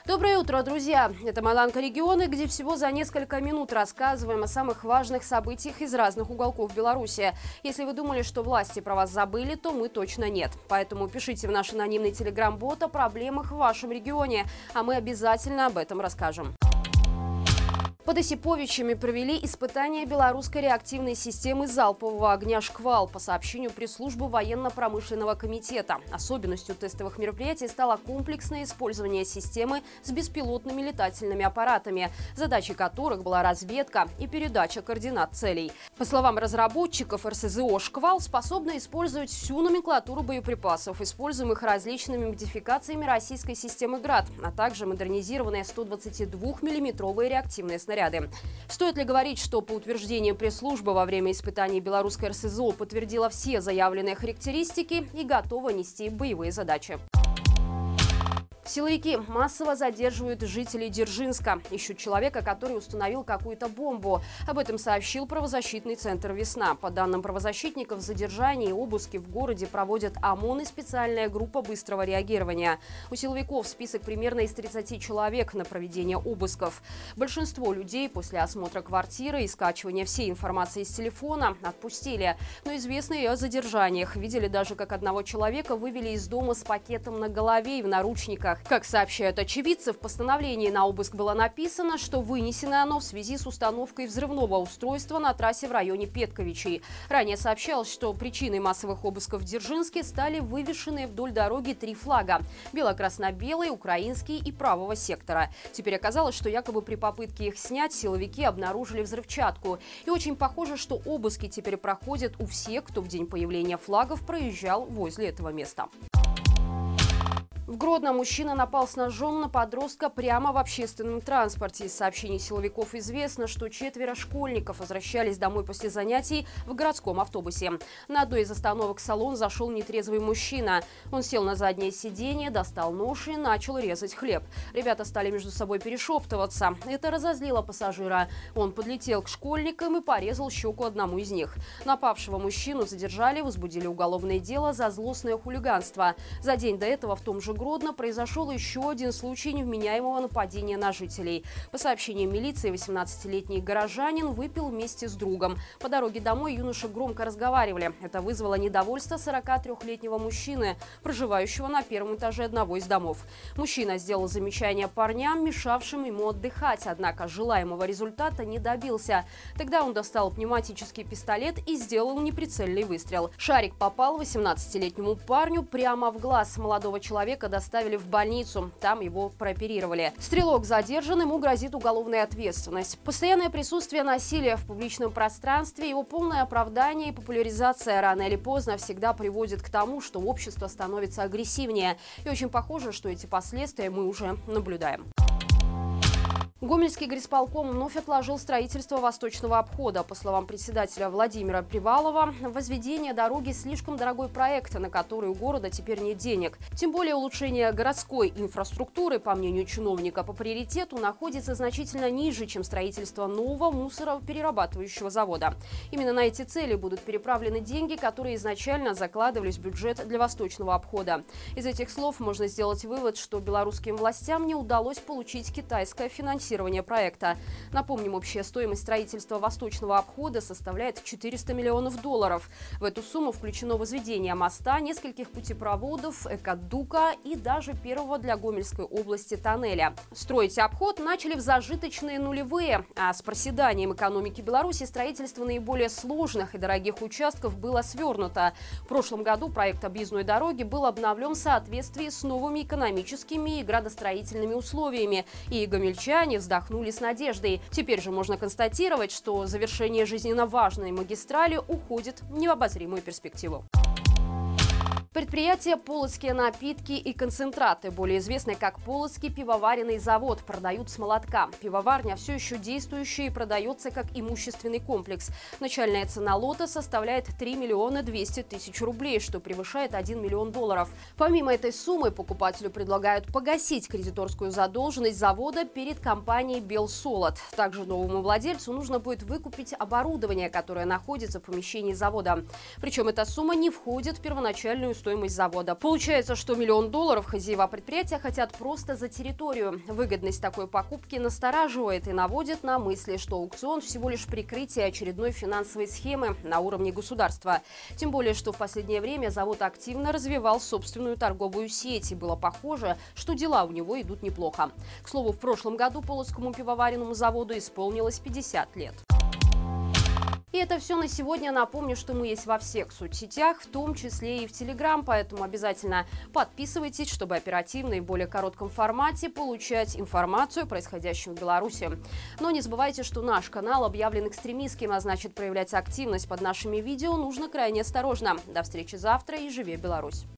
Доброе утро, друзья! Это «Маланка регионы», где всего за несколько минут рассказываем о самых важных событиях из разных уголков Беларуси. Если вы думали, что власти про вас забыли, то мы точно нет. Поэтому пишите в наш анонимный телеграм-бот о проблемах в вашем регионе, а мы обязательно об этом расскажем. Под Осиповичами провели испытания белорусской реактивной системы залпового огня «Шквал» по сообщению пресс-службы военно-промышленного комитета. Особенностью тестовых мероприятий стало комплексное использование системы с беспилотными летательными аппаратами, задачей которых была разведка и передача координат целей. По словам разработчиков, РСЗО «Шквал» способна использовать всю номенклатуру боеприпасов, используемых различными модификациями российской системы «Град», а также модернизированные 122-миллиметровые реактивные снаряды. Стоит ли говорить, что по утверждению пресс-службы во время испытаний белорусская РСЗО подтвердила все заявленные характеристики и готова нести боевые задачи? Силовики массово задерживают жителей Дзержинска. Ищут человека, который установил какую-то бомбу. Об этом сообщил правозащитный центр «Весна». По данным правозащитников, задержания и обыски в городе проводят ОМОН и специальная группа быстрого реагирования. У силовиков список примерно из 30 человек на проведение обысков. Большинство людей после осмотра квартиры и скачивания всей информации из телефона отпустили. Но известные о задержаниях. Видели даже, как одного человека вывели из дома с пакетом на голове и в наручниках. Как сообщают очевидцы, в постановлении на обыск было написано, что вынесено оно в связи с установкой взрывного устройства на трассе в районе Петковичей. Ранее сообщалось, что причиной массовых обысков в Дзержинске стали вывешенные вдоль дороги 3 флага – бело-красно-белый, украинский и правого сектора. Теперь оказалось, что якобы при попытке их снять силовики обнаружили взрывчатку. И очень похоже, что обыски теперь проходят у всех, кто в день появления флагов проезжал возле этого места. В Гродно мужчина напал с ножом на подростка прямо в общественном транспорте. Из сообщений силовиков известно, что 4 школьников возвращались домой после занятий в городском автобусе. На одной из остановок в салон зашел нетрезвый мужчина. Он сел на заднее сиденье, достал нож и начал резать хлеб. Ребята стали между собой перешептываться. Это разозлило пассажира. Он подлетел к школьникам и порезал щеку одному из них. Напавшего мужчину задержали, возбудили уголовное дело за злостное хулиганство. За день до этого в том же Гродно произошел еще один случай невменяемого нападения на жителей. По сообщениям милиции, 18-летний горожанин выпил вместе с другом. По дороге домой юноши громко разговаривали. Это вызвало недовольство 43-летнего мужчины, проживающего на первом этаже одного из домов. Мужчина сделал замечание парням, мешавшим ему отдыхать, однако желаемого результата не добился. Тогда он достал пневматический пистолет и сделал неприцельный выстрел. Шарик попал 18-летнему парню прямо в глаз. Молодого человека доставили в больницу. Там его прооперировали. Стрелок задержан, ему грозит уголовная ответственность. Постоянное присутствие насилия в публичном пространстве, его полное оправдание и популяризация рано или поздно всегда приводит к тому, что общество становится агрессивнее. И очень похоже, что эти последствия мы уже наблюдаем. Гомельский горисполком вновь отложил строительство восточного обхода. По словам председателя Владимира Привалова, возведение дороги – слишком дорогой проект, на который у города теперь нет денег. Тем более улучшение городской инфраструктуры, по мнению чиновника, по приоритету находится значительно ниже, чем строительство нового мусороперерабатывающего завода. Именно на эти цели будут переправлены деньги, которые изначально закладывались в бюджет для восточного обхода. Из этих слов можно сделать вывод, что белорусским властям не удалось получить китайское финансирование проекта. Напомним, общая стоимость строительства восточного обхода составляет $400 миллионов. В эту сумму включено возведение моста, нескольких путепроводов, экодука и даже первого для Гомельской области тоннеля. Строить обход начали в зажиточные нулевые, а с проседанием экономики Беларуси строительство наиболее сложных и дорогих участков было свернуто. В прошлом году проект объездной дороги был обновлен в соответствии с новыми экономическими и градостроительными условиями, и гомельчане вздохнули с надеждой. Теперь же можно констатировать, что завершение жизненно важной магистрали уходит в необозримую перспективу. Предприятие «Полоцкие напитки и концентраты», более известное как Полоцкий пивоваренный завод, продают с молотка. Пивоварня все еще действующая и продается как имущественный комплекс. Начальная цена лота составляет 3 миллиона 200 тысяч рублей, что превышает $1 миллион. Помимо этой суммы покупателю предлагают погасить кредиторскую задолженность завода перед компанией «Белсолод». Также новому владельцу нужно будет выкупить оборудование, которое находится в помещении завода. Причем эта сумма не входит в первоначальную стоимость завода. Получается, что $1 миллион хозяева предприятия хотят просто за территорию. Выгодность такой покупки настораживает и наводит на мысли, что аукцион всего лишь прикрытие очередной финансовой схемы на уровне государства. Тем более, что в последнее время завод активно развивал собственную торговую сеть, и было похоже, что дела у него идут неплохо. К слову, в прошлом году Полоцкому пивоваренному заводу исполнилось 50 лет. И это все на сегодня. Напомню, что мы есть во всех соцсетях, в том числе и в Телеграм, поэтому обязательно подписывайтесь, чтобы оперативно и в более коротком формате получать информацию о происходящем в Беларуси. Но не забывайте, что наш канал объявлен экстремистским, а значит, проявлять активность под нашими видео нужно крайне осторожно. До встречи завтра и живи Беларусь!